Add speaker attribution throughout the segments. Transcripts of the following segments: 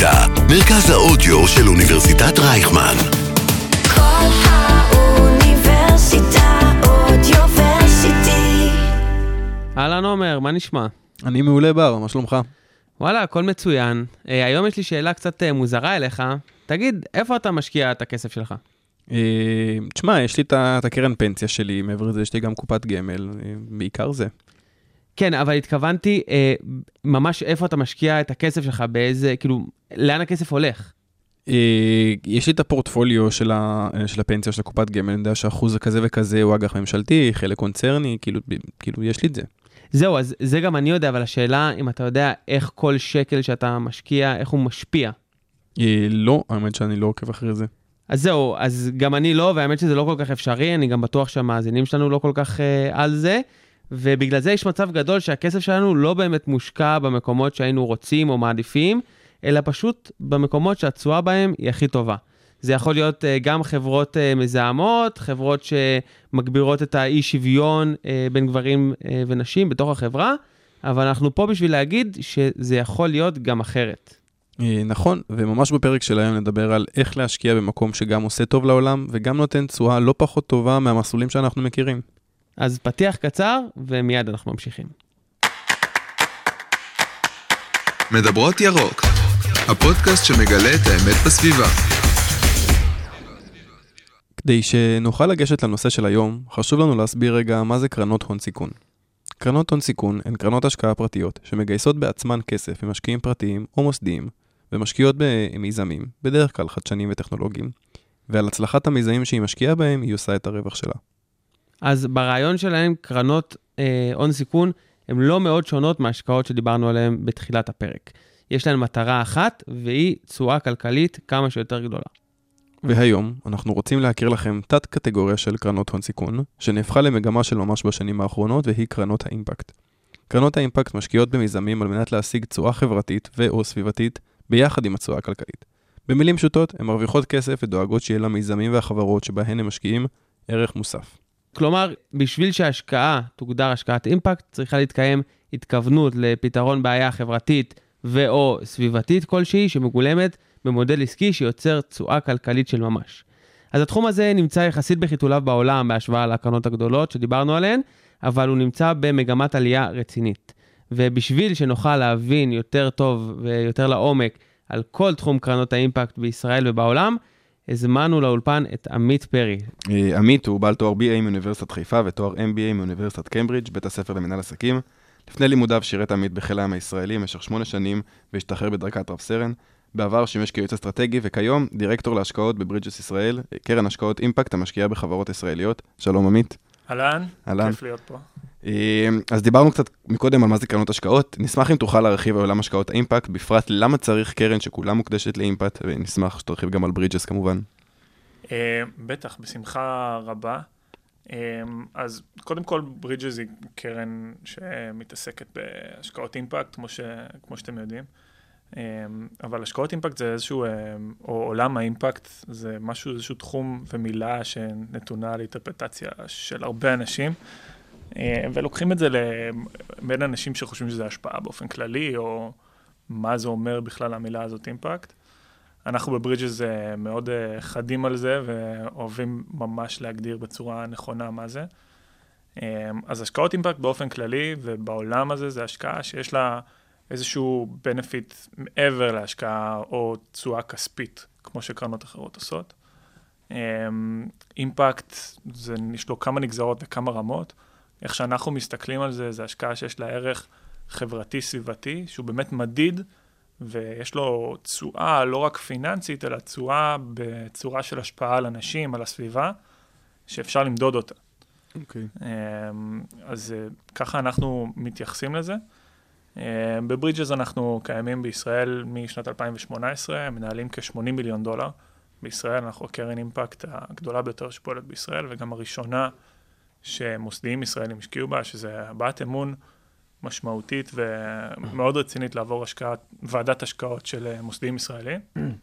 Speaker 1: האוניברסיטה, מרכז האודיו של אוניברסיטת רייכמן.
Speaker 2: כל האוניברסיטה אודיוורסיטי.
Speaker 3: אהלן עומר, מה נשמע?
Speaker 4: אני מעולה בר, מה שלומך?
Speaker 3: וואלה, הכל מצוין. היום יש לי שאלה קצת מוזרה אליך. תגיד, איפה אתה משקיע את הכסף שלך?
Speaker 4: תשמע, יש לי את הקרן פנסיה שלי, מעבר לזה יש לי גם קופת גמל, בעיקר זה.
Speaker 3: כן, אבל התכוונתי ממש איפה אתה משקיע את הכסף שלך, באיזה, כאילו, לאן הכסף הולך?
Speaker 4: יש לי את הפורטפוליו של הפנסיה של הקופת גמל, אני יודע שהאחוז כזה וכזה הוא אג"ח ממשלתי, חלק קונצרני, כאילו יש לי את זה.
Speaker 3: זהו, אז זה גם אני יודע, אבל השאלה אם אתה יודע איך כל שקל שאתה משקיע, איך הוא משפיע.
Speaker 4: לא, האמת שאני לא עוקב אחרי זה.
Speaker 3: אז זהו, אז גם אני לא, והאמת שזה לא כל כך אפשרי, אני גם בטוח שהמאזינים שלנו לא כל כך על זה, ובגלל זה יש מצב גדול שהכסף שלנו לא באמת מושקע במקומות שהיינו רוצים או מעדיפים, אלא פשוט במקומות שהתשואה בהם היא הכי טובה. זה יכול להיות גם חברות מזהמות, חברות שמגבירות את האי שוויון בין גברים ונשים בתוך החברה, אבל אנחנו פה בשביל להגיד שזה יכול להיות גם אחרת.
Speaker 4: נכון, וממש בפרק של היום נדבר על איך להשקיע במקום שגם עושה טוב לעולם, וגם נותן תשואה לא פחות טובה מהמסלולים שאנחנו מכירים.
Speaker 3: אז פתיח קצר, ומיד אנחנו ממשיכים.
Speaker 5: מדברות ירוק, הפודקאסט שמגלה את האמת בסביבה.
Speaker 4: כדי שנוכל לגשת לנושא של היום, חשוב לנו להסביר רגע מה זה קרנות הון סיכון. קרנות הון סיכון הן קרנות השקעה פרטיות שמגייסות בעצמן כסף ממשקיעים פרטיים או מוסדיים, ומשקיעות במיזמים, בדרך כלל חדשניים וטכנולוגיים, ועל הצלחת המיזמים שהיא משקיעה בהם, היא עושה את הרווח שלה.
Speaker 3: אז ברעיון שלהם, קרנות הון סיכון, הן לא מאוד שונות מההשקעות שדיברנו עליהן בתחילת הפרק. יש להן מטרה אחת, והיא תשואה כלכלית כמה שיותר גדולה.
Speaker 4: והיום אנחנו רוצים להכיר לכם תת קטגוריה של קרנות הון סיכון, שנהפכה למגמה של ממש בשנים האחרונות, והיא קרנות האימפקט. קרנות האימפקט משקיעות במיזמים על מנת להשיג תשואה חברתית ו/או סביבתית ביחד עם התשואה הכלכלית. במילים פשוטות, הן מרוויחות כסף ודואגות שיהיה למיזמים והחברות שבהן הם משקיעים ערך מוסף.
Speaker 3: כלומר, בשביל שההשקעה תוגדר השקעת אימפקט, צריכה להתקיים התכוונות לפתרון בעיה חברתית ו/או סביבתית כלשהי שמגולמת במודל עסקי שיוצר תשואה כלכלית של ממש. אז התחום הזה נמצא יחסית בחיתוליו בעולם בהשוואה לקרנות הגדולות שדיברנו עליהן, אבל הוא נמצא במגמת עלייה רצינית. ובשביל שנוכל להבין יותר טוב ויותר לעומק על כל תחום קרנות האימפקט בישראל ובעולם, הזמנו לאולפן את עמית פרי.
Speaker 6: עמית הוא בעל תואר BA מאוניברסיטת חיפה ותואר MBA מאוניברסיטת קמברידג', בית הספר למנהל עסקים. לפני לימודיו שירת עמית בחיל הים הישראלי במשך 8 שנים והשתחרר בדרגת רב סרן. בעבר שימש כיועץ אסטרטגי וכיום דירקטור להשקעות בברידג'ס ישראל, קרן השקעות אימפקט המשקיעה בחברות ישראליות. שלום עמית.
Speaker 7: אהלן, כיף להיות פה.
Speaker 6: אז דיברנו קצת מקודם על מה זה קרנות השקעות. נשמח אם תוכל להרחיב על עולם השקעות האימפקט, בפרט למה צריך קרן שכולה מוקדשת לאימפקט, ונשמח שתרחיב גם על ברידג'ס כמובן.
Speaker 7: בטח, בשמחה רבה. אז קודם כל ברידג'ס היא קרן שמתעסקת בהשקעות אימפקט, כמו שאתם יודעים. אבל השקעות אימפקט זה איזשהו, או עולם האימפקט, זה משהו, איזשהו תחום ומילה שנתונה לאינטרפרטציה של הרבה אנשים, ולוקחים את זה בין אנשים שחושבים שזה השפעה באופן כללי, או מה זה אומר בכלל המילה הזאת אימפקט. אנחנו בברידג'ס מאוד חדים על זה, ואוהבים ממש להגדיר בצורה נכונה מה זה. אז השקעות אימפקט באופן כללי, ובעולם הזה זה השקעה שיש לה איזשהו benefit מעבר להשקעה או תשואה כספית, כמו שקרנות אחרות עושות. אימפקט, יש לו כמה נגזרות וכמה רמות. איך שאנחנו מסתכלים על זה, זה השקעה שיש לה ערך חברתי-סביבתי, שהוא באמת מדיד, ויש לו תשואה לא רק פיננסית, אלא תשואה בצורה של השפעה על אנשים, על הסביבה, שאפשר למדוד אותה.
Speaker 6: אוקיי.
Speaker 7: אז ככה אנחנו מתייחסים לזה. בברידג'ס אנחנו קיימים בישראל משנת 2018, מנהלים כ$80 מיליון. בישראל אנחנו הקרן אימפקט הגדולה ביותר שפועלת בישראל, וגם הראשונה שמוסדיים ישראלים השקיעו בה, שזה הבעת אמון משמעותית ומאוד רצינית לעבור ועדת השקעות של מוסדיים ישראלים.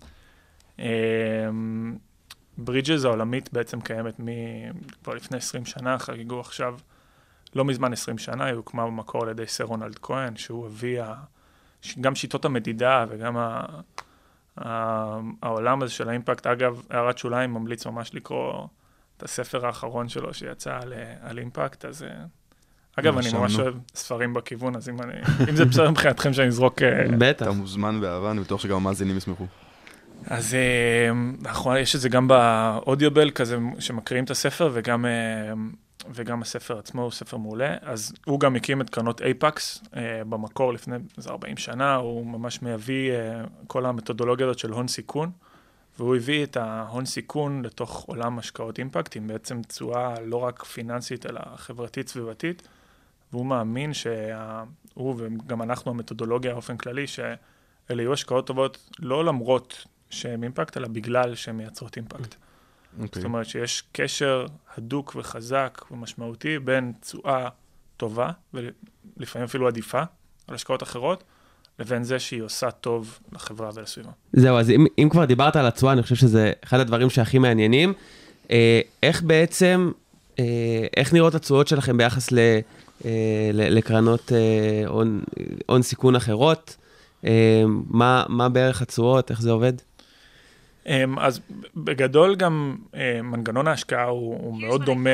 Speaker 7: ברידג'ס העולמית בעצם קיימת כבר לפני 20 שנה, חגיגו עכשיו לא מזמן 20 שנה, היא הוקמה במקור על ידי סר רונלד כהן, שהוא הביא גם שיטות המדידה וגם העולם הזה של האימפקט, אגב, הערת שוליים ממליץ ממש לקרוא את הספר האחרון שלו שיצא על אימפקט, אז אגב, אני ממש אוהב ספרים בכיוון, אז אם זה בסדר מבחינתכם שאני אזרוק...
Speaker 3: בטח.
Speaker 6: אתה מוזמן באהבה, אני בטוח שגם המאזינים ישמחו.
Speaker 7: אז נכון, יש את זה גם באודיובל כזה שמקריאים את הספר, וגם הספר עצמו הוא ספר מעולה. אז הוא גם הקים את קרנות אייפקס במקור לפני 40 שנה, הוא ממש מביא כל המתודולוגיה הזאת של הון סיכון, והוא הביא את ההון סיכון לתוך עולם השקעות אימפקט, עם בעצם תשואה לא רק פיננסית, אלא חברתית סביבתית, והוא מאמין שהוא וגם אנחנו המתודולוגיה באופן כללי, שאלה יהיו השקעות טובות לא למרות שהן אימפקט, אלא בגלל שהן מייצרות אימפקט. זאת אומרת שיש קשר הדוק וחזק ומשמעותי בין תשואה טובה, ולפעמים אפילו עדיפה, על השקעות אחרות, לבין זה שהיא עושה טוב לחברה ולסביבה.
Speaker 3: זהו, אז אם כבר דיברת על התשואה, אני חושב שזה אחד הדברים שהכי מעניינים. איך בעצם, איך נראות התשואות שלכם ביחס לקרנות הון סיכון אחרות? מה בערך התשואות? איך זה עובד?
Speaker 7: אז בגדול גם מנגנון ההשקעה הוא מאוד דומה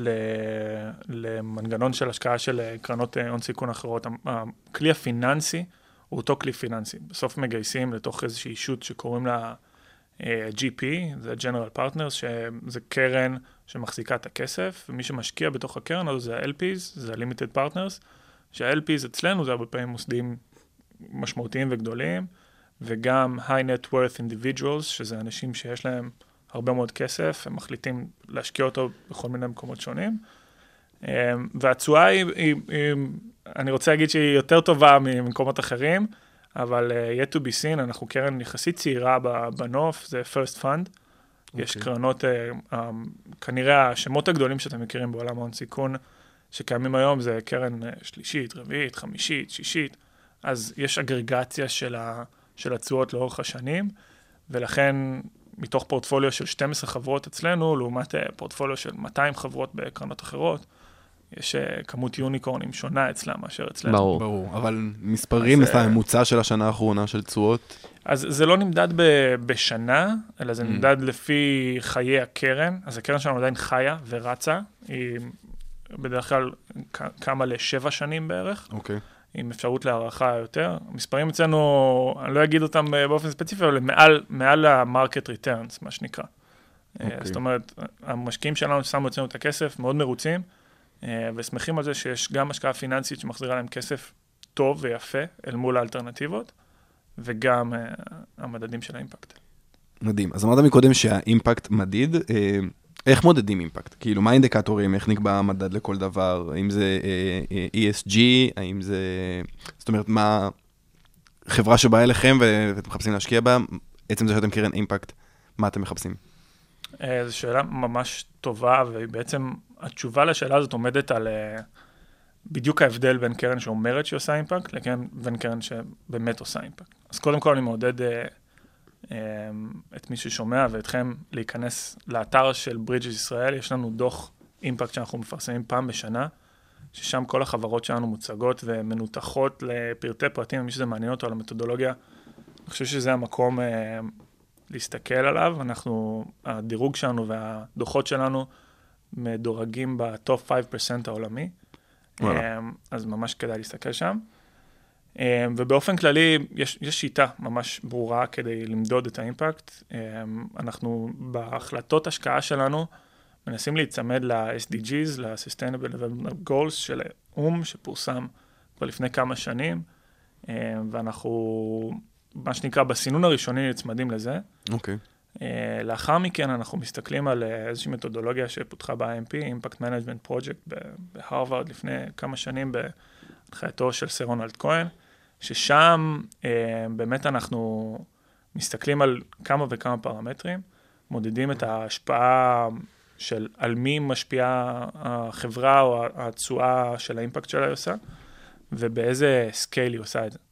Speaker 7: למנגנון של השקעה של קרנות הון סיכון אחרות. הכלי הפיננסי הוא אותו כלי פיננסי. בסוף מגייסים לתוך איזושהי אישות שקוראים לה GP, זה General Partners, שזה קרן שמחזיקה את הכסף, ומי שמשקיע בתוך הקרן הזו זה ה-LPs, זה ה-Limited Partners, שה-LPs אצלנו זה הרבה פעמים מוסדים משמעותיים וגדולים, וגם high net worth individuals, שזה אנשים שיש להם הרבה מאוד כסף, הם מחליטים להשקיע אותו בכל מיני מקומות שונים. והתשואה היא, אני רוצה להגיד שהיא יותר טובה ממקומות אחרים, אבל yet to be seen, אנחנו קרן יחסית צעירה בנוף, זה first fund. יש קרנות, כנראה השמות הגדולים שאתם מכירים בעולם ההון סיכון, שקיימים היום, זה קרן שלישית, רביעית, חמישית, שישית, אז יש אגרגציה של התשואות לאורך השנים, ולכן מתוך פורטפוליו של 12 חברות אצלנו, לעומת פורטפוליו של 200 חברות בקרנות אחרות, יש כמות יוניקורנים שונה אצלם מאשר אצלנו.
Speaker 6: ברור, אבל מספרים, ממוצע של השנה האחרונה של תשואות?
Speaker 7: אז זה לא נמדד בשנה, אלא זה נמדד לפי חיי הקרן, אז הקרן שלנו עדיין חיה ורצה, היא בדרך כלל קמה ל7 שנים בערך.
Speaker 6: אוקיי.
Speaker 7: עם אפשרות להערכה יותר. המספרים אצלנו, אני לא אגיד אותם באופן ספציפי, אבל מעל ה-market returns, מה שנקרא. זאת אומרת, המשקיעים שלנו שמו אצלנו את הכסף, מאוד מרוצים, ושמחים על זה שיש גם השקעה פיננסית שמחזירה להם כסף טוב ויפה אל מול האלטרנטיבות, וגם המדדים של האימפקט.
Speaker 6: מדהים. אז אמרת מקודם שהאימפקט מדיד, איך מודדים אימפקט? כאילו, מה האינדיקטורים? איך נקבע המדד לכל דבר? האם זה ESG? האם זה... זאת אומרת, מה... חברה שבאה אליכם ואתם מחפשים להשקיע בה, עצם זה שאתם קרן אימפקט, מה אתם מחפשים?
Speaker 7: זו שאלה ממש טובה, ובעצם התשובה לשאלה הזאת עומדת על בדיוק ההבדל בין קרן שאומרת שהיא עושה אימפקט, לבין קרן שבאמת עושה אימפקט. אז קודם כל אני מעודד את מי ששומע ואתכם להיכנס לאתר של ברידג'ס ישראל. יש לנו דוח אימפקט שאנחנו מפרסמים פעם בשנה, ששם כל החברות שלנו מוצגות ומנותחות לפרטי פרטים, מי שזה מעניין אותו על המתודולוגיה. אני חושב שזה המקום להסתכל עליו. הדירוג שלנו והדוחות שלנו מדורגים בטופ 5% העולמי, אז ממש כדאי להסתכל שם. ובאופן כללי, יש שיטה ממש ברורה כדי למדוד את האימפקט. אנחנו בהחלטות השקעה שלנו מנסים להיצמד ל-SDGs, ל-Sustainable Development Goals של האו"ם, שפורסם כבר לפני כמה שנים, ואנחנו, מה שנקרא, בסינון הראשוני נצמדים לזה.
Speaker 6: אוקיי.
Speaker 7: לאחר מכן אנחנו מסתכלים על איזושהי מתודולוגיה שפותחה ב-IMP, Impact Management Project בהרווארד לפני כמה שנים בהנחייתו של סר רונלד כהן, ששם באמת אנחנו מסתכלים על כמה וכמה פרמטרים, מודדים את ההשפעה של על מי משפיעה החברה או התשואה של האימפקט שלה היא עושה, ובאיזה סקייל היא עושה את זה.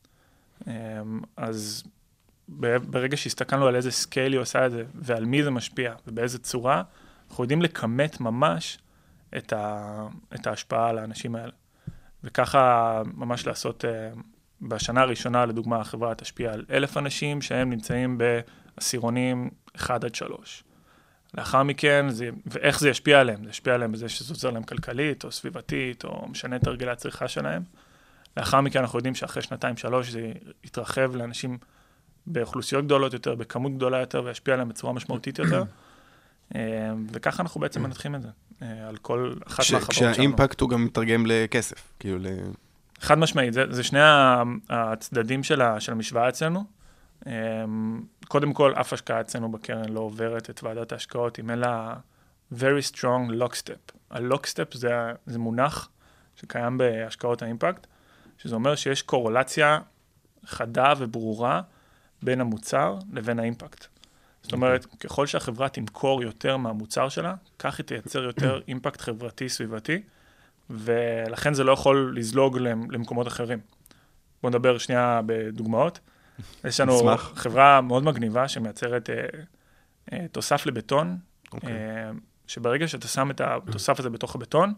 Speaker 7: אז ברגע שהסתכלנו על איזה סקייל היא עושה את זה, ועל מי זה משפיע, ובאיזה צורה, אנחנו יודעים לכמת ממש את ההשפעה על האנשים האלה. וככה ממש לעשות בשנה הראשונה, לדוגמה, החברה תשפיע על 1,000 אנשים שהם נמצאים בעשירונים 1 עד 3. לאחר מכן, ואיך זה ישפיע עליהם? זה ישפיע עליהם בזה שזה עוזר להם כלכלית או סביבתית, או משנה את הרגלי הצריכה שלהם. לאחר מכן אנחנו יודעים שאחרי 2-3 זה יתרחב לאנשים באוכלוסיות גדולות יותר, בכמות גדולה יותר, וישפיע עליהם בצורה משמעותית יותר. וככה אנחנו בעצם מנתחים את זה, על כל אחת מהחברות שלנו.
Speaker 6: כשהאימפקט הוא גם מתרגם לכסף, כאילו
Speaker 7: חד משמעית, זה שני הצדדים של המשוואה אצלנו. קודם כל, אף השקעה אצלנו בקרן לא עוברת את ועדת ההשקעות, אם אין לה very strong lockstep. ה-lockstep זה מונח שקיים בהשקעות האימפקט, שזה אומר שיש קורולציה חדה וברורה בין המוצר לבין האימפקט. זאת אומרת, ככל שהחברה תמכור יותר מהמוצר שלה, כך היא תייצר יותר אימפקט חברתי סביבתי, ולכן זה לא יכול לזלוג למקומות אחרים. בואו נדבר שנייה בדוגמאות. יש לנו חברה מאוד מגניבה שמייצרת תוסף לבטון, שברגע שאתה שם את התוסף הזה בתוך הבטון,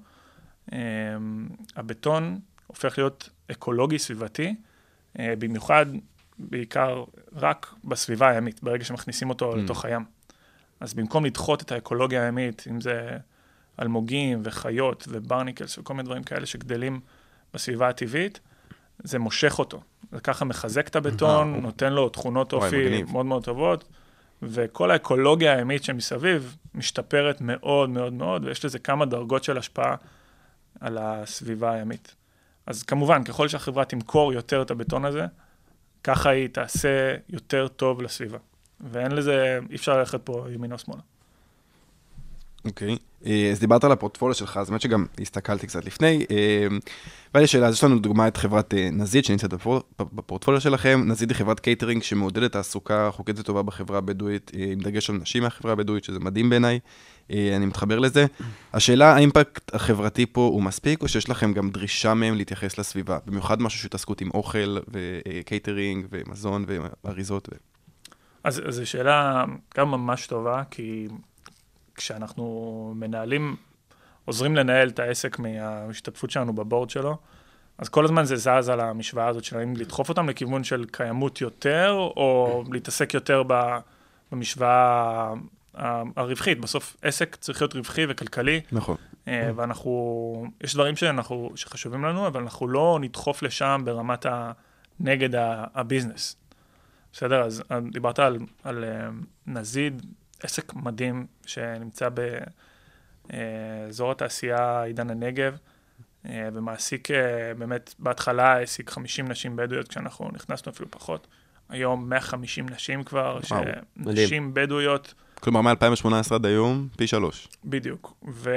Speaker 7: הבטון הופך להיות אקולוגי סביבתי, במיוחד, בעיקר רק בסביבה הימית, ברגע שמכניסים אותו לתוך הים. אז במקום לדחות את האקולוגיה הימית, אם זה אלמוגים וחיות וברניקלס וכל מיני דברים כאלה שגדלים בסביבה הטבעית, זה מושך אותו. זה ככה מחזק את הבטון, נותן לו תכונות אופי מאוד מאוד טובות, וכל האקולוגיה הימית שמסביב משתפרת מאוד מאוד מאוד, ויש לזה כמה דרגות של השפעה על הסביבה הימית. אז כמובן, ככל שהחברה תמכור יותר את הבטון הזה, ככה היא תעשה יותר טוב לסביבה. ואין לזה, אי אפשר ללכת פה ימין או שמאלה.
Speaker 6: אוקיי. אז דיברת על הפורטפוליו שלך, אז באמת שגם הסתכלתי קצת לפני. ועלי שאלה, אז יש לנו דוגמה את חברת נזיד, שנמצאת בפורטפוליו שלכם. נזיד היא חברת קייטרינג שמעודדת תעסוקה חוקית וטובה בחברה הבדואית, עם דגש על נשים מהחברה הבדואית, שזה מדהים בעיניי. אני מתחבר לזה. השאלה, האימפקט החברתי פה הוא מספיק, או שיש לכם גם דרישה מהם להתייחס לסביבה? במיוחד משהו שהתעסקות עם אוכל וקייטרינג ומזון ואריזות.
Speaker 7: אז זו שאלה גם ממש טובה, כי כשאנחנו עוזרים לנהל את העסק מההשתתפות שלנו בבורד שלו, אז כל הזמן זה זז על המשוואה הזאת שלהם, לדחוף אותם לכיוון של קיימות יותר, או להתעסק יותר במשוואה הרווחית. בסוף עסק צריך להיות רווחי וכלכלי.
Speaker 6: נכון.
Speaker 7: יש דברים שחשובים לנו, אבל אנחנו לא נדחוף לשם ברמת נגד הביזנס. בסדר? אז דיברת על נזיד, עסק מדהים שנמצא באזור התעשייה עידן הנגב, ומעסיק באמת בהתחלה העסיק 50 נשים בדואיות, כשאנחנו נכנסנו אפילו פחות. היום 150 נשים כבר, נשים בדואיות.
Speaker 6: כלומר, מ-2018 עד היום, פי 3.
Speaker 7: בדיוק.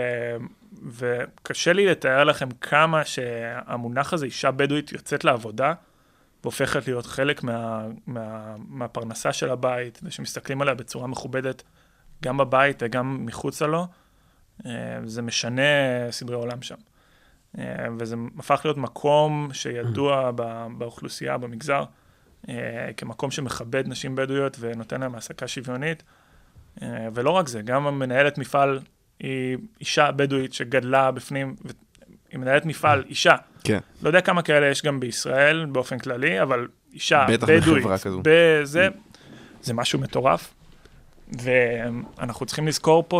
Speaker 7: וקשה לי לתאר לכם כמה שהמונח הזה, אישה בדואית יוצאת לעבודה, והופכת להיות חלק מהפרנסה של הבית, ושמסתכלים עליה בצורה מכובדת, גם בבית וגם מחוץ לו, זה משנה סדרי עולם שם. וזה הפך להיות מקום שידוע באוכלוסייה, במגזר, כמקום שמכבד נשים בדואיות ונותן להם העסקה שוויונית. ולא רק זה, גם המנהלת מפעל היא אישה בדואית שגדלה בפנים, היא מנהלת מפעל אישה.
Speaker 6: כן.
Speaker 7: לא יודע כמה כאלה יש גם בישראל באופן כללי, אבל אישה בדואית, זה משהו מטורף. ואנחנו צריכים לזכור פה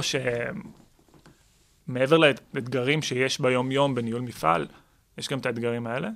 Speaker 7: שמעבר לאתגרים שיש ביום יום בניהול מפעל, יש גם את האתגרים האלה.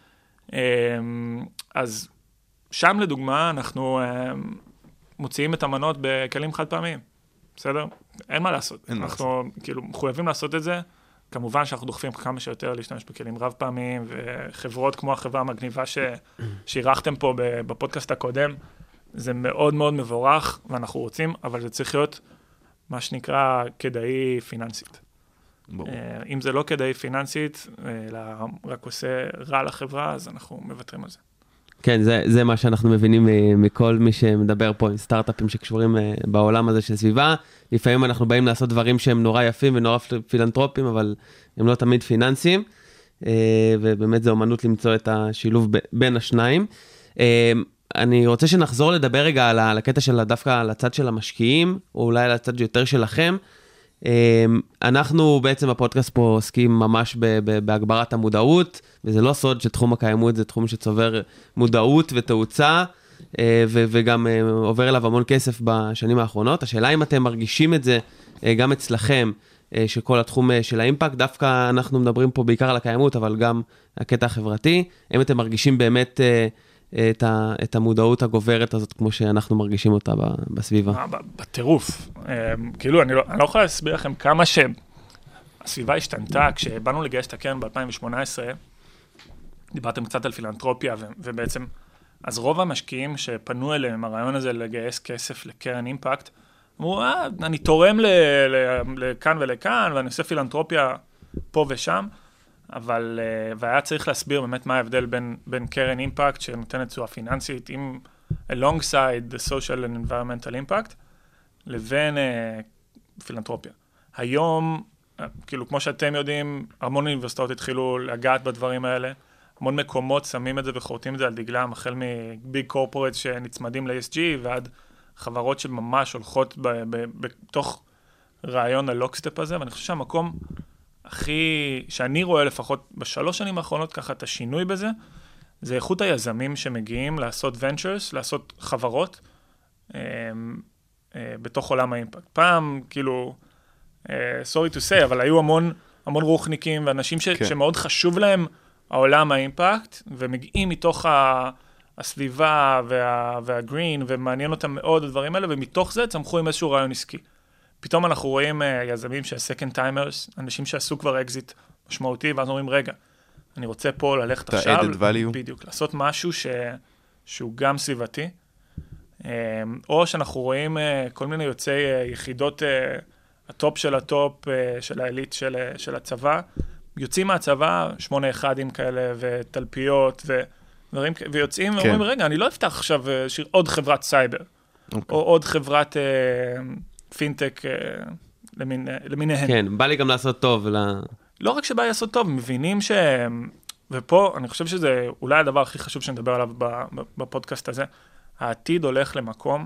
Speaker 7: אז שם לדוגמה אנחנו מוציאים את המנות בכלים חד פעמיים. בסדר? אין מה לעשות. אנחנו כאילו מחויבים לעשות את זה. כמובן שאנחנו דוחפים כמה שיותר להשתמש בכלים רב פעמיים, וחברות כמו החברה המגניבה שאירחתם פה בפודקאסט הקודם, זה מאוד מאוד מבורך, ואנחנו רוצים, אבל זה צריך להיות מה שנקרא כדאי פיננסית. אם זה לא כדאי פיננסית, אלא רק עושה רע לחברה, אז אנחנו מוותרים על זה.
Speaker 3: כן, זה מה שאנחנו מבינים מכל מי שמדבר פה עם סטארט-אפים שקשורים בעולם הזה של סביבה. לפעמים אנחנו באים לעשות דברים שהם נורא יפים ונורא פילנטרופיים, אבל הם לא תמיד פיננסיים, ובאמת זה אומנות למצוא את השילוב בין השניים. אני רוצה שנחזור לדבר רגע על הקטע של דווקא על הצד של המשקיעים, או אולי על הצד יותר שלכם. אנחנו בעצם הפודקאסט פה עוסקים ממש בהגברת המודעות, וזה לא סוד שתחום הקיימות זה תחום שצובר מודעות ותאוצה, וגם עובר אליו המון כסף בשנים האחרונות. השאלה אם אתם מרגישים את זה גם אצלכם, שכל התחום של האימפקט, דווקא אנחנו מדברים פה בעיקר על הקיימות, אבל גם הקטע החברתי, אם אתם מרגישים באמת את המודעות הגוברת הזאת, כמו שאנחנו מרגישים אותה בסביבה.
Speaker 7: בטירוף. כאילו, אני לא יכול להסביר לכם כמה שהסביבה השתנתה, כשבאנו לגייס את הקרן ב-2018, דיברתם קצת על פילנטרופיה, ובעצם, אז רוב המשקיעים שפנו אליהם, הרעיון הזה לגייס כסף לקרן אימפקט, אמרו, אני תורם לכאן ולכאן, ואני עושה פילנטרופיה פה ושם, אבל, והיה צריך להסביר באמת מה ההבדל בין קרן אימפקט, שנותנת תשואה פיננסית, עם alongside the social and environmental impact, לבין פילנטרופיה. היום, כאילו, כמו שאתם יודעים, המון אוניברסיטאות התחילו לגעת בדברים האלה, המון מקומות שמים את זה וחורטים את זה על דגלם, החל מביג קורפורט שנצמדים ל-ESG, ועד חברות שממש הולכות בתוך רעיון הלוקסטפ הזה, ואני חושב שהמקום הכי, שאני רואה לפחות בשלוש שנים האחרונות ככה את השינוי בזה, זה איכות היזמים שמגיעים לעשות ventures, לעשות חברות בתוך עולם האימפקט. פעם, כאילו, sorry to say, אבל היו המון רוחניקים ואנשים שמאוד חשוב להם העולם האימפקט, ומגיעים מתוך הסביבה והגרין, ומעניין אותם מאוד הדברים האלה, ומתוך זה צמחו עם איזשהו רעיון עסקי. פתאום אנחנו רואים יזמים שה-second timers, אנשים שעשו כבר אקזיט משמעותי, ואז אומרים, רגע, אני רוצה פה ללכת עכשיו, בדיוק, לעשות משהו שהוא גם סביבתי, או שאנחנו רואים כל מיני יוצאי יחידות הטופ של הטופ, של העילית של הצבא, יוצאים מהצבא, 8-1 כאלה, ותלפיות, ודברים, ויוצאים ואומרים, רגע, אני לא אפתח עכשיו עוד חברת סייבר, או עוד חברת פינטק למיניהן.
Speaker 3: כן, בא לי גם לעשות טוב.
Speaker 7: לא רק שבא לי לעשות טוב, מבינים ופה אני חושב שזה אולי הדבר הכי חשוב שנדבר עליו בפודקאסט הזה, העתיד הולך למקום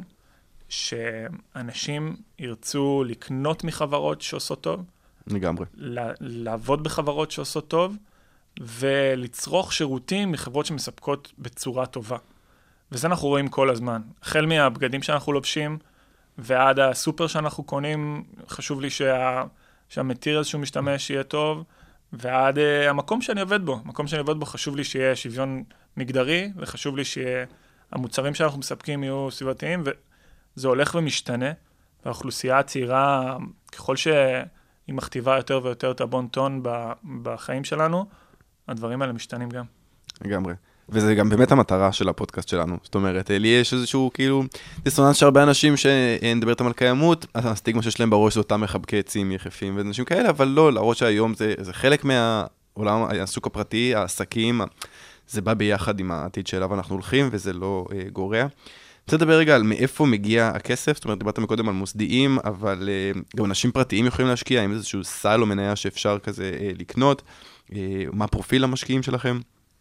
Speaker 7: שאנשים ירצו לקנות מחברות שעושות טוב,
Speaker 6: לגמרי.
Speaker 7: לעבוד בחברות שעושות טוב, ולצרוך שירותים מחברות שמספקות בצורה טובה. וזה אנחנו רואים כל הזמן. החל מהבגדים שאנחנו לובשים, ועד הסופר שאנחנו קונים, חשוב לי שהמטיר איזשהו משתמש יהיה טוב, ועד המקום שאני עובד בו. המקום שאני עובד בו חשוב לי שיהיה שוויון מגדרי, וחשוב לי שהמוצרים שאנחנו מספקים יהיו סביבתיים, וזה הולך ומשתנה, והאוכלוסייה הצעירה, ככל שהיא מכתיבה יותר ויותר את הבון טון בחיים שלנו, הדברים האלה משתנים גם.
Speaker 6: לגמרי. וזה גם באמת המטרה של הפודקאסט שלנו. זאת אומרת, לי יש איזשהו כאילו דיסוננס שהרבה אנשים שנדבר איתם על קיימות, הסטיגמה שיש להם בראש זה אותם מחבקי עצים יחפים ואנשים כאלה, אבל לא, להראות שהיום זה חלק מהעולם, השוק הפרטי, העסקים, זה בא ביחד עם העתיד שאליו אנחנו הולכים, וזה לא גורע. רוצה לדבר רגע על מאיפה מגיע הכסף, זאת אומרת, דיברת מקודם על מוסדיים, אבל גם אנשים פרטיים יכולים להשקיע, עם איזשהו סל או מניה שאפשר כזה לקנות, מה פרופיל המשקיעים שלכם?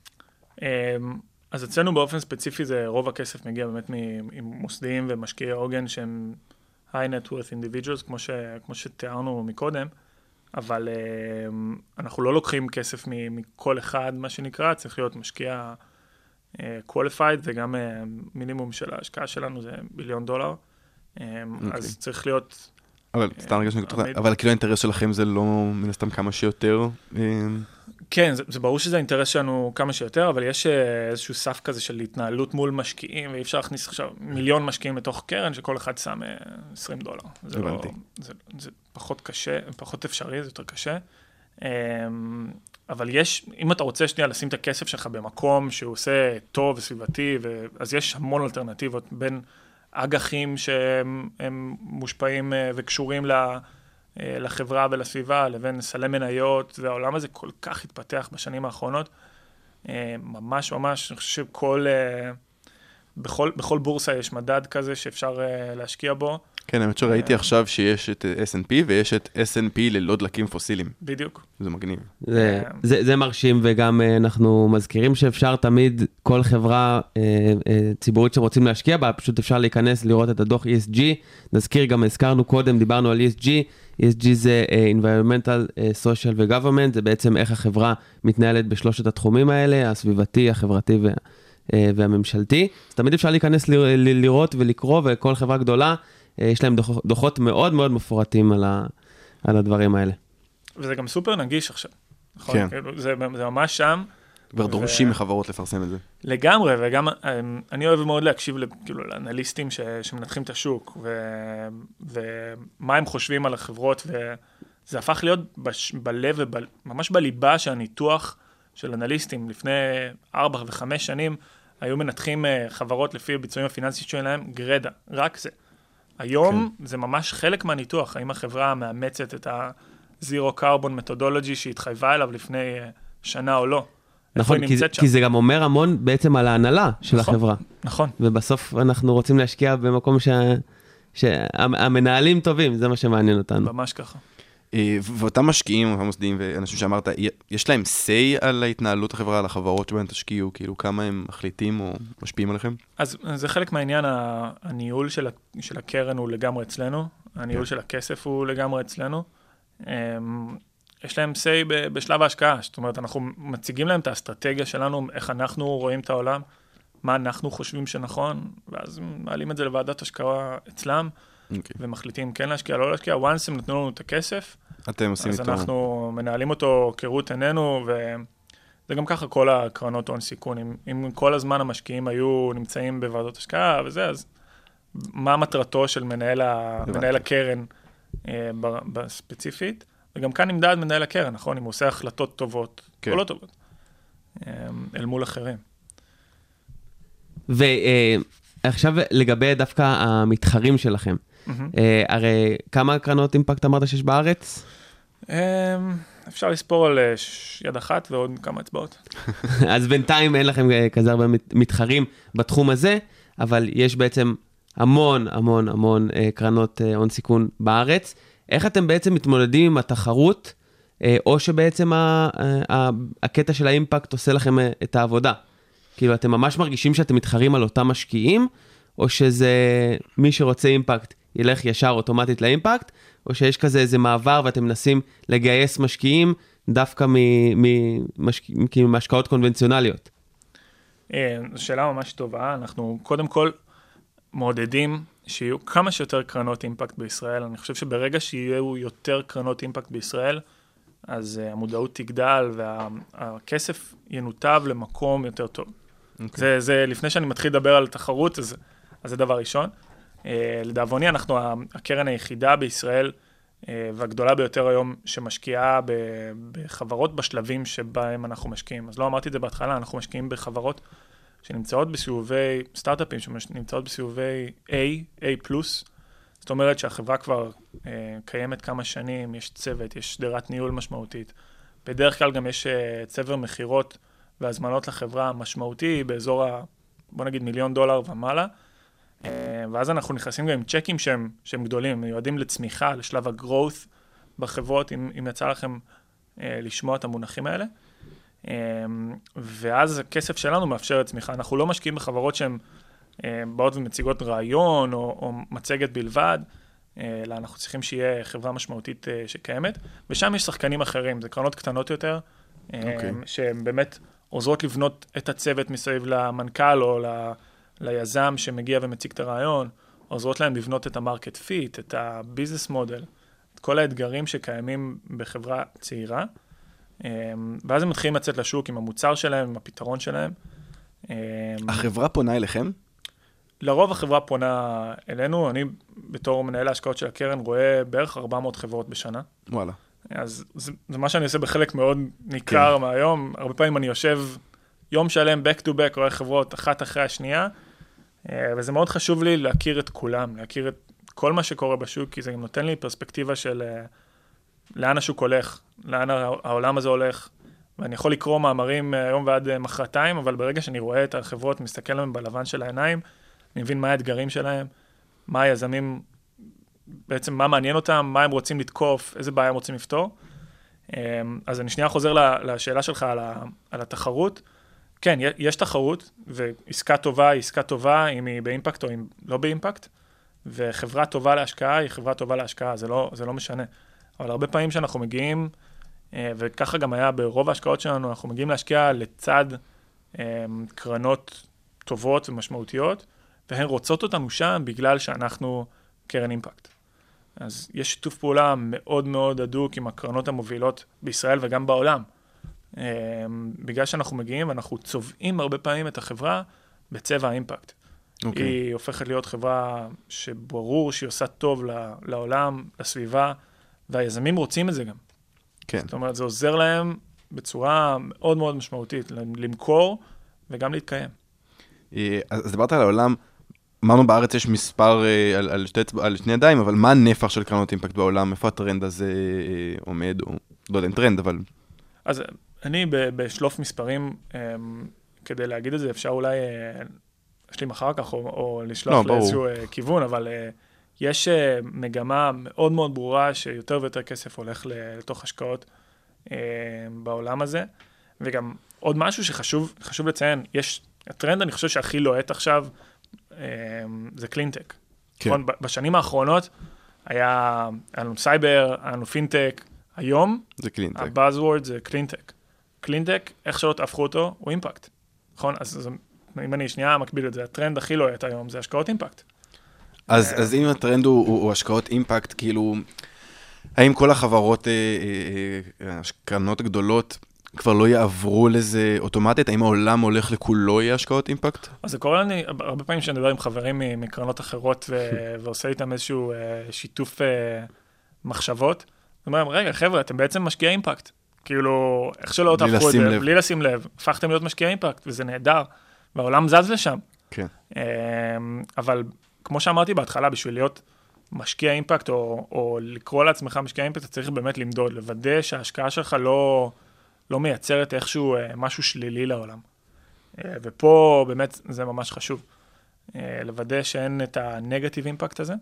Speaker 7: אז אצלנו באופן ספציפי זה רוב הכסף מגיע באמת ממוסדיים ומשקיעי עוגן שהם high net worth individuals, כמו שתיארנו מקודם, אבל אנחנו לא לוקחים כסף מכל אחד, מה שנקרא, צריך להיות משקיע qualified, וגם מינימום של ההשקעה שלנו זה $1 ביליון, אז צריך להיות...
Speaker 6: אבל כאילו האינטרס שלכם זה לא מן הסתם כמה שיותר?
Speaker 7: כן, זה ברור שזה האינטרס שלנו כמה שיותר, אבל יש איזשהו סף כזה של התנהלות מול משקיעים, ואי אפשר להכניס עכשיו 1,000,000 משקיעים לתוך קרן, שכל אחד שם $20. זה פחות קשה, פחות אפשרי, זה יותר קשה. אבל יש, אם אתה רוצה שנייה לשים את הכסף שלך במקום שהוא עושה טוב וסביבתי, אז יש המון אלטרנטיבות בין אג"חים שהם מושפעים וקשורים לחברה ולסביבה, לבין סלי מניות, והעולם הזה כל כך התפתח בשנים האחרונות. ממש, אני חושב בכל בורסה יש מדד כזה שאפשר להשקיע בו.
Speaker 6: כן, האמת שראיתי עכשיו שיש את S&P ויש את S&P ללא דלקים פוסיליים.
Speaker 7: בדיוק.
Speaker 6: זה מגניב.
Speaker 3: זה מרשים, וגם אנחנו מזכירים שאפשר תמיד כל חברה ציבורית שרוצים להשקיע בה, פשוט אפשר להיכנס, לראות את הדוח ESG. נזכיר, גם הזכרנו קודם, דיברנו על ESG. ESG זה Environmental, Social ו-Government, זה בעצם איך החברה מתנהלת בשלושת התחומים האלה, הסביבתי, החברתי והממשלתי. אז תמיד אפשר להיכנס לראות ולקרוא, וכל חברה גדולה, יש להם דוחות מאוד מאוד מפורטים על הדברים האלה.
Speaker 7: וזה גם סופר נגיש עכשיו. נכון?
Speaker 6: כן.
Speaker 7: זה ממש שם.
Speaker 6: כבר דורשים מחברות לפרסם את זה.
Speaker 7: לגמרי, וגם אני אוהב מאוד להקשיב לאנליסטים שמנתחים את השוק, ומה הם חושבים על החברות, וזה הפך להיות בלב, ממש בליבה של הניתוח של אנליסטים. לפני 4 ו5 שנים היו מנתחים חברות לפי הביצועים הפיננסיים שלהם, גרדה, רק זה. היום זה ממש חלק מהניתוח, האם החברה מאמצת את ה-Zero Carbon Methodology שהתחייבה אליו לפני שנה או לא.
Speaker 3: נכון, כי זה גם אומר המון בעצם על ההנהלה של החברה.
Speaker 7: נכון.
Speaker 3: ובסוף אנחנו רוצים להשקיע במקום שהמנהלים טובים, זה מה שמעניין אותנו.
Speaker 7: ממש ככה.
Speaker 6: ואותם משקיעים, המוסדיים ואנשים שאמרת, יש להם say על ההתנהלות החברה, על החברות שבהן תשקיעו, כאילו כמה הם מחליטים או משפיעים עליכם?
Speaker 7: אז זה חלק מהעניין, הניהול של הקרן הוא לגמרי אצלנו, הניהול של הכסף הוא לגמרי אצלנו. יש להם say בשלב ההשקעה, זאת אומרת, אנחנו מציגים להם את האסטרטגיה שלנו, איך אנחנו רואים את העולם, מה אנחנו חושבים שנכון, ואז מעלים את זה לוועדת השקעה אצלם, ומחליטים כן להשקיע, לא להשקיע. once הם נתנו לנו את הכסף, אז אנחנו מנהלים אותו כראות עינינו, וזה גם ככה כל הקרנות הון סיכון. אם כל הזמן המשקיעים היו נמצאים בוועדות השקעה וזה, אז מה מטרתו של מנהל הקרן בספציפית? וגם כאן נמדד מנהל הקרן, נכון? אם הוא עושה החלטות טובות, או לא טובות, אל מול אחרים.
Speaker 3: ועכשיו לגבי דווקא המתחרים שלכם, הרי כמה קרנות אימפקט אמרת שיש בארץ?
Speaker 7: אפשר לספור על יד אחת ועוד כמה אצבעות.
Speaker 3: אז בינתיים אין לכם כזה הרבה מתחרים בתחום הזה, אבל יש בעצם המון המון המון קרנות הון סיכון בארץ. איך אתם בעצם מתמודדים עם התחרות, או שבעצם הקטע של האימפקט עושה לכם את העבודה? כאילו, אתם ממש מרגישים שאתם מתחרים על אותם משקיעים, או שזה מי שרוצה אימפקט ילך ישר אוטומטית לאימפקט, או שיש כזה איזה מעבר ואתם מנסים לגייס משקיעים דווקא מהשקעות קונבנציונליות?
Speaker 7: זו שאלה ממש טובה. אנחנו קודם כל מעודדים שיהיו כמה שיותר קרנות אימפקט בישראל. אני חושב שברגע שיהיו יותר קרנות אימפקט בישראל, אז המודעות תגדל והכסף ינותב למקום יותר טוב. זה לפני שאני מתחיל לדבר על תחרות, אז זה דבר ראשון. לדאבוני, אנחנו הקרן היחידה בישראל והגדולה ביותר היום שמשקיעה בחברות בשלבים שבהם אנחנו משקיעים. אז לא אמרתי את זה בהתחלה, אנחנו משקיעים בחברות שנמצאות בסיבובי סטארט-אפים, שנמצאות בסיבובי A+. זאת אומרת שהחברה כבר קיימת כמה שנים, יש צוות, יש שדרת ניהול משמעותית. בדרך כלל גם יש צבר מחירות והזמנות לחברה משמעותי באזור בוא נגיד $1,000,000 ומעלה. ואז אנחנו נכנסים גם עם צ'קים שהם גדולים, מיועדים לצמיחה, לשלב הגרואות בחברות, אם יצא לכם לשמוע את המונחים האלה. ואז הכסף שלנו מאפשר לצמיחה. אנחנו לא משקיעים בחברות שהן באות ומציגות רעיון או מצגת בלבד, אלא אנחנו צריכים שיהיה חברה משמעותית שקיימת. ושם יש שחקנים אחרים, זה קרנות קטנות יותר, שהן באמת עוזרות לבנות את הצוות מסביב למנכ"ל או ליזם שמגיע ומציג את הרעיון, עוזרות להם לבנות את המרקט פיט, את הביזנס מודל, את כל האתגרים שקיימים בחברה צעירה, ואז הם מתחילים לצאת לשוק עם המוצר שלהם, עם הפתרון שלהם.
Speaker 6: החברה פונה אליכם?
Speaker 7: לרוב החברה פונה אלינו, אני בתור מנהל ההשקעות של הקרן רואה בערך 400 חברות בשנה.
Speaker 6: וואלה.
Speaker 7: אז זה מה שאני עושה בחלק מאוד ניכר מהיום, הרבה פעמים אני יושב יום שלם back to back, רואה חברות אחת אחרי השנייה, וזה מאוד חשוב לי להכיר את כולם, להכיר את כל מה שקורה בשוק, כי זה גם נותן לי פרספקטיבה של לאן השוק הולך, לאן העולם הזה הולך, ואני יכול לקרוא מאמרים היום ועד מחרתיים, אבל ברגע שאני רואה את החברות, מסתכל להם בלבן של העיניים, אני מבין מה האתגרים שלהם, מה היזמים, בעצם מה מעניין אותם, מה הם רוצים לתקוף, איזה בעיה הם רוצים לפתור. אז אני שנייה חוזר לשאלה שלך על התחרות. כן, יש תחרות, ועסקה טובה היא עסקה טובה, אם היא באימפקט או אם לא באימפקט, וחברה טובה להשקעה היא חברה טובה להשקעה, זה לא משנה. אבל הרבה פעמים שאנחנו מגיעים, וככה גם היה ברוב ההשקעות שלנו, אנחנו מגיעים להשקיע לצד קרנות טובות ומשמעותיות, והן רוצות אותנו שם בגלל שאנחנו קרן אימפקט. אז יש שיתוף פעולה מאוד מאוד הדוק עם הקרנות המובילות בישראל וגם בעולם. בגלל שאנחנו מגיעים, אנחנו צובעים הרבה פעמים את החברה בצבע האימפקט.
Speaker 6: אוקיי.
Speaker 7: היא הופכת להיות חברה שברור שהיא עושה טוב לעולם, לסביבה, והיזמים רוצים את זה גם.
Speaker 6: כן.
Speaker 7: זאת אומרת, זה עוזר להם בצורה מאוד מאוד משמעותית, למכור וגם להתקיים.
Speaker 6: אז דיברת על העולם, אמרנו בארץ יש מספר על שני ידיים, אבל מה הנפח של קרנות אימפקט בעולם? איפה הטרנד הזה עומד? או לא יודע, אין טרנד, אבל...
Speaker 7: אז אני בשלוף מספרים, כדי להגיד את זה, אפשר אולי להשלים אחר כך, או לשלוח לאיזשהו כיוון, אבל יש מגמה מאוד מאוד ברורה, שיותר ויותר כסף הולך לתוך השקעות בעולם הזה, וגם עוד משהו שחשוב לציין, יש הטרנד, אני חושב שהכי לוהט עכשיו, זה קלינטק.
Speaker 6: כן.
Speaker 7: בשנים האחרונות היה לנו סייבר, היה לנו פינטק, היום
Speaker 6: זה קלינטק.
Speaker 7: הבאזוורד זה קלינטק. קלינטק, איך שלא תהפכו אותו, הוא אימפקט. נכון? אז אם אני שנייה מקביל את זה, הטרנד הכי לוהט היום זה השקעות אימפקט.
Speaker 6: אז אם הטרנד הוא השקעות אימפקט, כאילו, האם כל החברות, הקרנות הגדולות, כבר לא יעברו לזה אוטומטית? האם העולם הולך לכולו יהיה השקעות אימפקט?
Speaker 7: אז זה קורה לי, הרבה פעמים שאני מדבר עם חברים מקרנות אחרות, ועושה איתם איזשהו שיתוף מחשבות, זאת אומרת, רגע, חבר'ה, אתם בעצם משקיעי אימפקט. כאילו, איך שלא תהפכו את זה, בלי לשים לב, הפכתם להיות משקיעי אימפקט, וזה נהדר, והעולם זז לשם.
Speaker 6: כן.
Speaker 7: אבל כמו שאמרתי בהתחלה, בשביל להיות משקיע אימפקט, או לקרוא לעצמך משקיע אימפקט, אתה צריך באמת למדוד, לוודא שההשקעה שלך לא מייצרת איכשהו משהו שלילי לעולם. ופה באמת זה ממש חשוב. לוודא שאין את הנגטיב אימפקט הזה.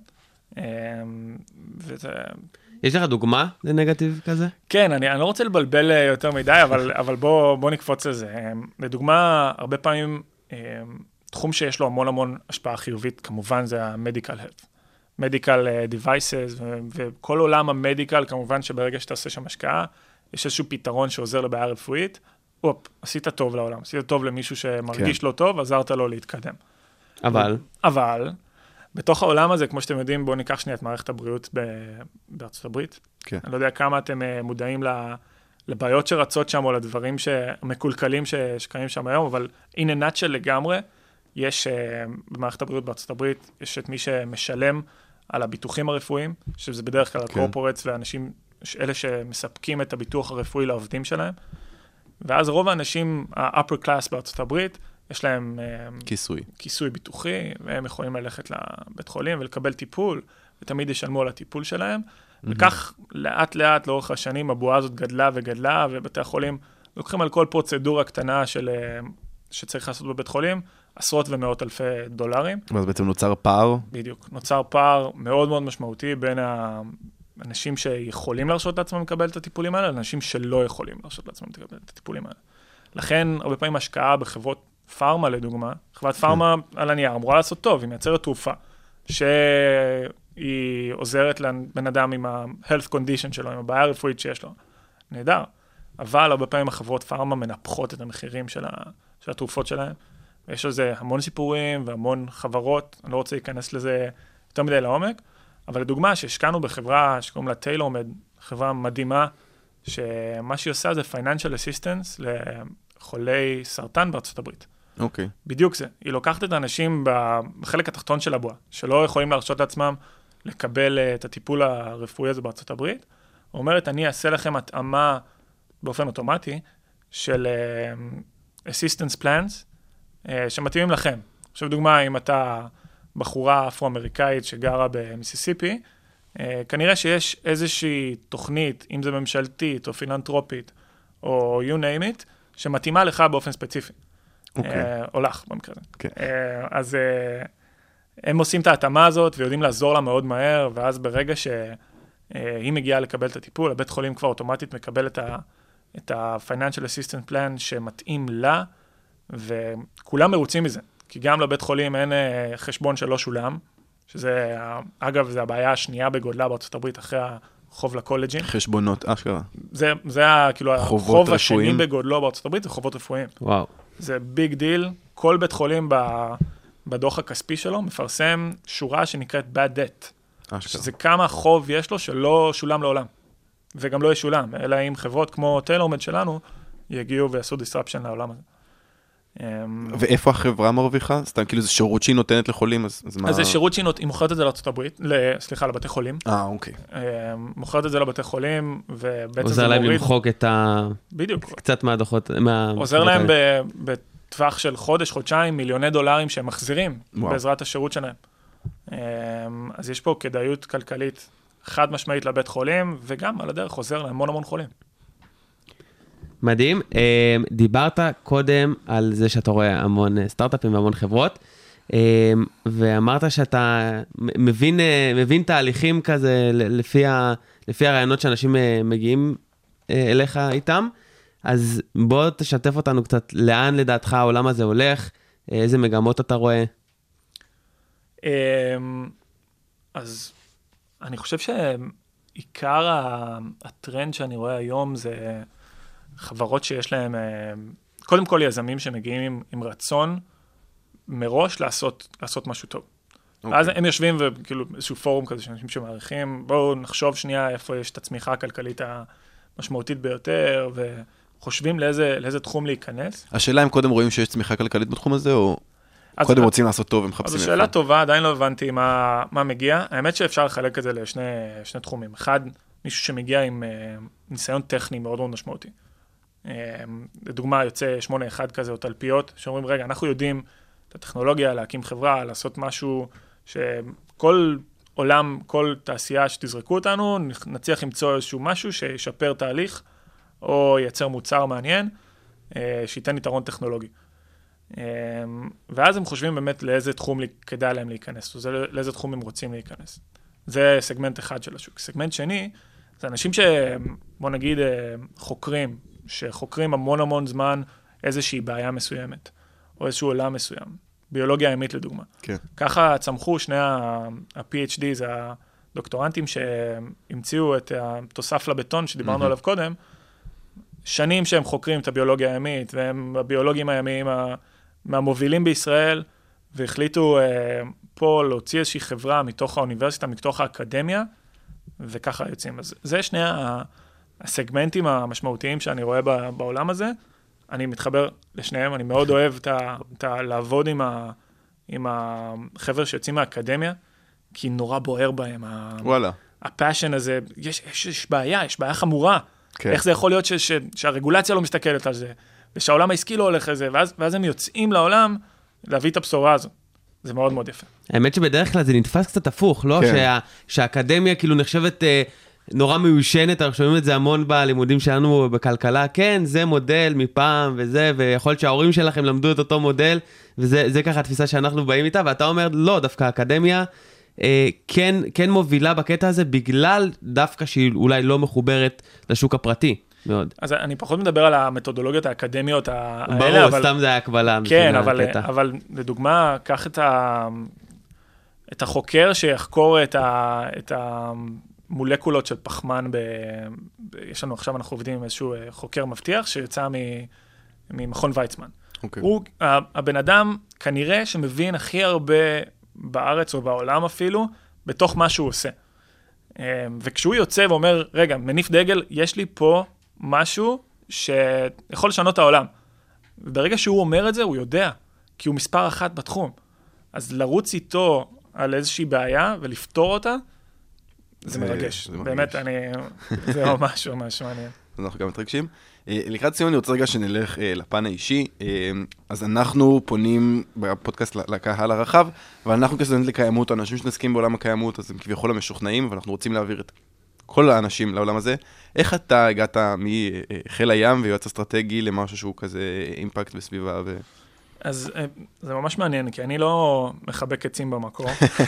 Speaker 3: יש לך דוגמה לנגטיב כזה?
Speaker 7: כן, אני לא רוצה לבלבל יותר מדי, אבל בוא נקפוץ לזה. לדוגמה, הרבה פעמים, תחום שיש לו המון המון השפעה חיובית, כמובן זה ה-medical health. medical devices, וכל עולם המדיקל, כמובן שברגע שאתה עושה שם השקעה, יש איזשהו פתרון שעוזר לבעיה רפואית, עשית טוב לעולם, עשית טוב למישהו שמרגיש לא טוב, עזרת לו להתקדם. אבל, בתוך העולם הזה, כמו שאתם יודעים, בואו ניקח שנייה את מערכת הבריאות בארצות הברית.
Speaker 6: כן.
Speaker 7: אני לא יודע כמה אתם מודעים לבעיות שרצות שם, או לדברים המקולקלים שקיימים שם היום, אבל in a nutshell לגמרי, יש במערכת הבריאות בארצות הברית, יש את מי שמשלם על הביטוחים הרפואיים, שזה בדרך כלל הקורפורטס ואנשים, אלה שמספקים את הביטוח הרפואי לעובדים שלהם, ואז רוב האנשים, ה-upper class בארצות הברית, יש להם כיסוי ביטוחי, והם יכולים ללכת לבית חולים ולקבל טיפול, ותמיד ישלמו על הטיפול שלהם, וכך לאט לאט לאורך השנים הבועה הזאת גדלה וגדלה, ובתי החולים לוקחים על כל פרוצדורה קטנה שצריך לעשות בבית חולים, עשרות ומאות אלפי דולרים.
Speaker 6: אז בעצם נוצר פער?
Speaker 7: בדיוק, נוצר פער מאוד מאוד משמעותי בין האנשים שיכולים להרשות לעצמם לקבל את הטיפולים האלה, לאנשים שלא יכולים להרשות לעצמם לקבל את הטיפולים האלה. לכן, הרבה פעמים השקעה בחברות פארמה, לדוגמה, חברת פארמה על הנייר, אמורה לעשות טוב, היא מייצרת תרופה, שהיא עוזרת לבן אדם עם ה-health condition שלו, עם הבעיה הרפואית שיש לו. נהדר. אבל הרבה פעמים החברות פארמה מנפחות את המחירים של התרופות שלהם, ויש על זה המון סיפורים והמון חברות, אני לא רוצה להיכנס לזה יותר מדי לעומק, אבל לדוגמה שהשקענו בחברה שקוראים לה טיילורמד, חברה מדהימה, שמה שהיא עושה זה financial assistance לחולי סרטן בארצות הברית.
Speaker 6: אוקיי.
Speaker 7: בדיוק זה. היא לוקחת את האנשים בחלק התחתון של הבועה, שלא יכולים להרשות לעצמם לקבל את הטיפול הרפואי הזה בארצות הברית, אומרת, אני אעשה לכם התאמה באופן אוטומטי של assistance plans, שמתאימים לכם. עכשיו דוגמה, אם אתה בחורה אפרו-אמריקאית שגרה במיסיסיפי, כנראה שיש איזושהי תוכנית, אם זה ממשלתית או פילנטרופית, או you name it, שמתאימה לך באופן ספציפי. או לך, במקרה הזה. אז הם עושים את ההתאמה הזאת, ויודעים לעזור לה מאוד מהר, ואז ברגע שהיא מגיעה לקבל את הטיפול, הבית חולים כבר אוטומטית מקבל את ה-financial assistance plan שמתאים לה, וכולם מרוצים מזה, כי גם לבית חולים אין חשבון שלא שולם, שזה, אגב, זה הבעיה השנייה בגודלה בארצות הברית, אחרי החוב לקולג'ים.
Speaker 6: חשבונות, אשכרה.
Speaker 7: זה כאילו החוב השני בגודלו בארצות הברית, זה חובות רפואיים.
Speaker 3: וואו.
Speaker 7: זה ביג דיל, כל בית חולים בדוח הכספי שלו מפרסם שורה שנקראת bad debt. שזה כמה חוב יש לו שלא שולם לעולם, וגם לא ישולם, אלא אם חברות כמו טיילורמד שלנו יגיעו ויעשו disruption לעולם הזה.
Speaker 6: ואיפה החברה מרוויחה? סתם כאילו זה שירות שהיא נותנת לחולים, אז מה?
Speaker 7: אז זה שירות שהיא מוכרת את זה לארצות הברית, סליחה, לבתי חולים.
Speaker 6: אוקיי.
Speaker 7: מוכרת את זה לבתי חולים, ובעצם
Speaker 3: עוזר להם למחוק את
Speaker 7: בדיוק.
Speaker 3: קצת מהדוחות.
Speaker 7: עוזר להם בטווח של חודש, חודשיים, מיליוני דולרים שהם מחזירים בעזרת השירות שלהם. אז יש פה כדאיות כלכלית חד משמעית לבית חולים, וגם על הדרך עוזר להם המון חולים.
Speaker 3: מדהים. דיברת קודם על זה שאתה רואה המון סטארט-אפים והמון חברות, ואמרת שאתה מבין תהליכים כזה לפי הרעיונות שאנשים מגיעים אליך איתם, אז בוא תשתף אותנו קצת לאן לדעתך העולם הזה הולך, איזה מגמות אתה רואה.
Speaker 7: אז אני חושב שעיקר הטרנד שאני רואה היום זה חברות שיש להם, קודם כל יזמים שמגיעים עם רצון מראש לעשות משהו טוב. אז הם יושבים וכאילו איזשהו פורום כזה שאנשים שמעריכים, בואו נחשוב שנייה איפה יש את הצמיחה הכלכלית המשמעותית ביותר, וחושבים לאיזה תחום להיכנס.
Speaker 6: השאלה אם קודם רואים שיש צמיחה כלכלית בתחום הזה, או קודם רוצים לעשות טוב ומחפשים
Speaker 7: איפה? אז השאלה טובה, עדיין לא הבנתי מה מגיע. האמת שאפשר לחלק את זה לשני תחומים. אחד, מישהו שמגיע עם ניסיון טכני מאוד מאוד משמעותי. לדוגמה, יוצא 8-1 כזה, או תלפיות, שאומרים, רגע, אנחנו יודעים את הטכנולוגיה, להקים חברה, לעשות משהו שכל עולם, כל תעשייה שתזרקו אותנו, נצליח למצוא איזשהו משהו שישפר תהליך, או ייצר מוצר מעניין, שייתן יתרון טכנולוגי. ואז הם חושבים באמת לאיזה תחום כדאי להם להיכנס, או לאיזה תחום הם רוצים להיכנס. זה סגמנט אחד של השוק. סגמנט שני, זה אנשים בוא נגיד, חוקרים, שחוקרים המון זמן איזושהי בעיה מסוימת, או איזשהו עולם מסוים. ביולוגיה הימית לדוגמה.
Speaker 6: כן.
Speaker 7: ככה צמחו שני ה-PhD, זה הדוקטורנטים שהמציאו את התוסף לבטון שדיברנו עליו קודם, שנים שהם חוקרים את הביולוגיה הימית, והם הביולוגים הימיים מהמובילים בישראל, והחליטו פה להוציא איזושהי חברה מתוך האוניברסיטה, מתוך האקדמיה, וככה יוצאים. אז זה שני הסגמנטים המשמעותיים שאני רואה בעולם הזה. אני מתחבר לשניהם, אני מאוד אוהב לעבוד עם החבר'ה שיוצאים מהאקדמיה, כי נורא בוער בהם.
Speaker 6: וואלה.
Speaker 7: הפאשן הזה, יש בעיה חמורה. כן. איך זה יכול להיות שהרגולציה לא מסתכלת על זה, ושהעולם העסקי לא הולך לזה, ואז הם יוצאים לעולם להביא את הבשורה הזו. זה מאוד מאוד יפה.
Speaker 3: האמת שבדרך כלל זה נתפס קצת הפוך, לא? כן. שהאקדמיה כאילו נחשבת נורא מיושנת, אנחנו שומעים את זה המון בלימודים שלנו בכלכלה, כן, זה מודל מפעם וזה, ויכול להיות שההורים שלכם למדו את אותו מודל, וזה ככה התפיסה שאנחנו באים איתה, ואתה אומר, לא, דווקא האקדמיה כן מובילה בקטע הזה, בגלל דווקא שהיא אולי לא מחוברת לשוק הפרטי. מאוד.
Speaker 7: אז אני פחות מדבר על המתודולוגיות האקדמיות האלה.
Speaker 3: ברור, אבל סתם זה היה הקבלה.
Speaker 7: כן, אבל לדוגמה, קח את החוקר שיחקור את המולקולות של פחמן, יש לנו עכשיו, אנחנו עובדים עם איזשהו חוקר מבטיח, שיצא ממכון ויצמן. הוא, הבן אדם, כנראה שמבין הכי הרבה בארץ או בעולם אפילו, בתוך מה שהוא עושה. וכשהוא יוצא ואומר, רגע, מניף דגל, יש לי פה משהו שיכול לשנות את העולם. וברגע שהוא אומר את זה, הוא יודע, כי הוא מספר אחת בתחום. אז לרוץ איתו על איזושהי בעיה ולפתור אותה, זה מרגש. באמת, זה ממש מעניין.
Speaker 6: אנחנו גם מתרגשים. לקראת סיום אני רוצה רגע שנלך לפן האישי. אז אנחנו פונים בפודקאסט לקהל הרחב, אבל אנחנו כסטודנט לקיימות, אנשים שנסכים בעולם הקיימות, אז הם כביכול המשוכנעים, ואנחנו רוצים להעביר את כל האנשים לעולם הזה. איך אתה הגעת מחיל הים ויועץ אסטרטגי למשהו שהוא כזה אימפקט בסביבה?
Speaker 7: אז זה ממש מעניין, כי אני לא מחבק עצים במקור.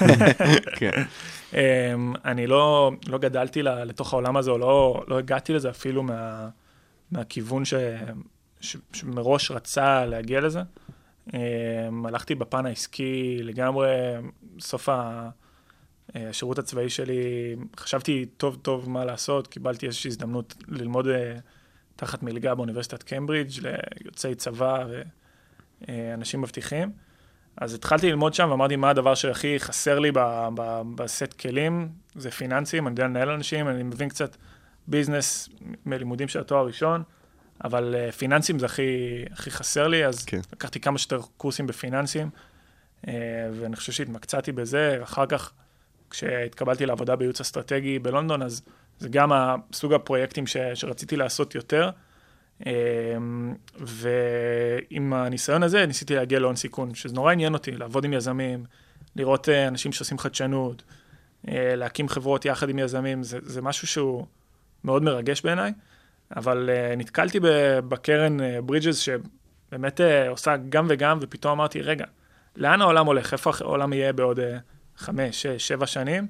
Speaker 7: אני לא גדלתי לתוך העולם הזה, או לא הגעתי לזה אפילו מהכיוון שמראש רצה להגיע לזה. הלכתי בפן העסקי לגמרי, סוף השירות הצבאי שלי, חשבתי טוב טוב מה לעשות, קיבלתי איזושהי הזדמנות ללמוד תחת מלגה באוניברסיטת קיימברידג' ליוצאי צבא ואנשים מבטיחים. אז התחלתי ללמוד שם ואמרתי מה הדבר שהכי חסר לי בסט כלים, זה פיננסים, אני יודע לנהל אנשים, אני מבין קצת ביזנס מלימודים של התואר הראשון, אבל פיננסים זה הכי חסר לי, אז לקחתי כמה שיותר קורסים בפיננסים, ואני חושב שהתמקצעתי בזה, ואחר כך כשהתקבלתי לעבודה בייעוץ אסטרטגי בלונדון, אז זה גם סוג הפרויקטים שרציתי לעשות יותר, ועם הניסיון הזה ניסיתי להגיע להון סיכון, שזה נורא עניין אותי, לעבוד עם יזמים, לראות אנשים שעושים חדשנות, להקים חברות יחד עם יזמים, זה משהו שהוא מאוד מרגש בעיניי, אבל נתקלתי בקרן ברידג'ס שבאמת עושה גם וגם, ופתאום אמרתי, רגע, לאן העולם הולך? איפה העולם יהיה בעוד 5, 6, 7 שנים?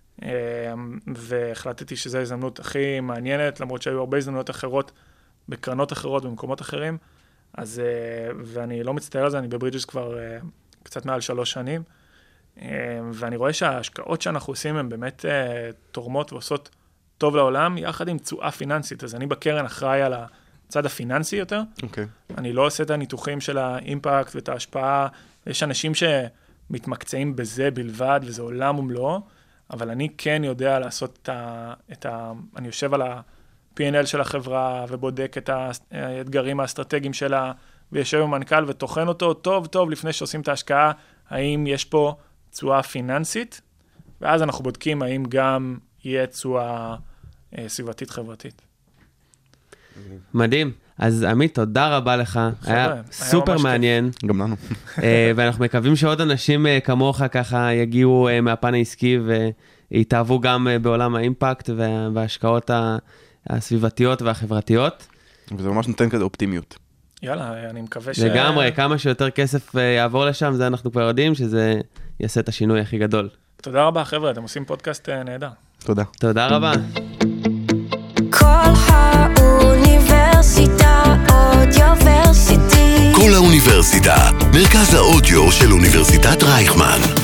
Speaker 7: והחלטתי שזו ההזדמנות הכי מעניינת, למרות שהיו הרבה הזדמנויות אחרות, בקרנות אחרות, במקומות אחרים, אז, ואני לא מצטער על זה, אני בברידג'ס כבר קצת מעל 3 שנים, ואני רואה שההשקעות שאנחנו עושים הן באמת תורמות ועושות טוב לעולם, יחד עם תשואה פיננסית. אז אני בקרן אחראי על הצד הפיננסי יותר. אני לא עושה את הניתוחים של האימפקט ואת ההשפעה. יש אנשים שמתמקצעים בזה בלבד, וזה עולם ומלואו, אבל אני כן יודע לעשות אני יושב על ה-P&L של החברה, ובודק את האתגרים האסטרטגיים שלה, ויושב עם מנכ"ל ותוכן אותו טוב טוב לפני שעושים את ההשקעה, האם יש פה תשואה פיננסית, ואז אנחנו בודקים האם גם יהיה תשואה סביבתית חברתית.
Speaker 3: מדהים. אז עמית, תודה רבה לך. היה סופר מעניין.
Speaker 6: גם לנו.
Speaker 3: ואנחנו מקווים שעוד אנשים כמוך ככה יגיעו מהפן העסקי ויתאהבו גם בעולם האימפקט וההשקעות הסביבתיות והחברתיות.
Speaker 6: וזה ממש נותן כזה אופטימיות.
Speaker 7: יאללה, אני מקווה
Speaker 3: לגמרי, כמה שיותר כסף יעבור לשם, זה אנחנו כבר יודעים שזה יעשה את השינוי הכי גדול.
Speaker 7: תודה רבה, חבר'ה, אתם עושים פודקאסט נהדר.
Speaker 6: תודה.
Speaker 3: תודה רבה.
Speaker 2: כל האוניברסיטה אודיוורסיטי.
Speaker 1: כל האוניברסיטה, מרכז האודיו של אוניברסיטת רייכמן.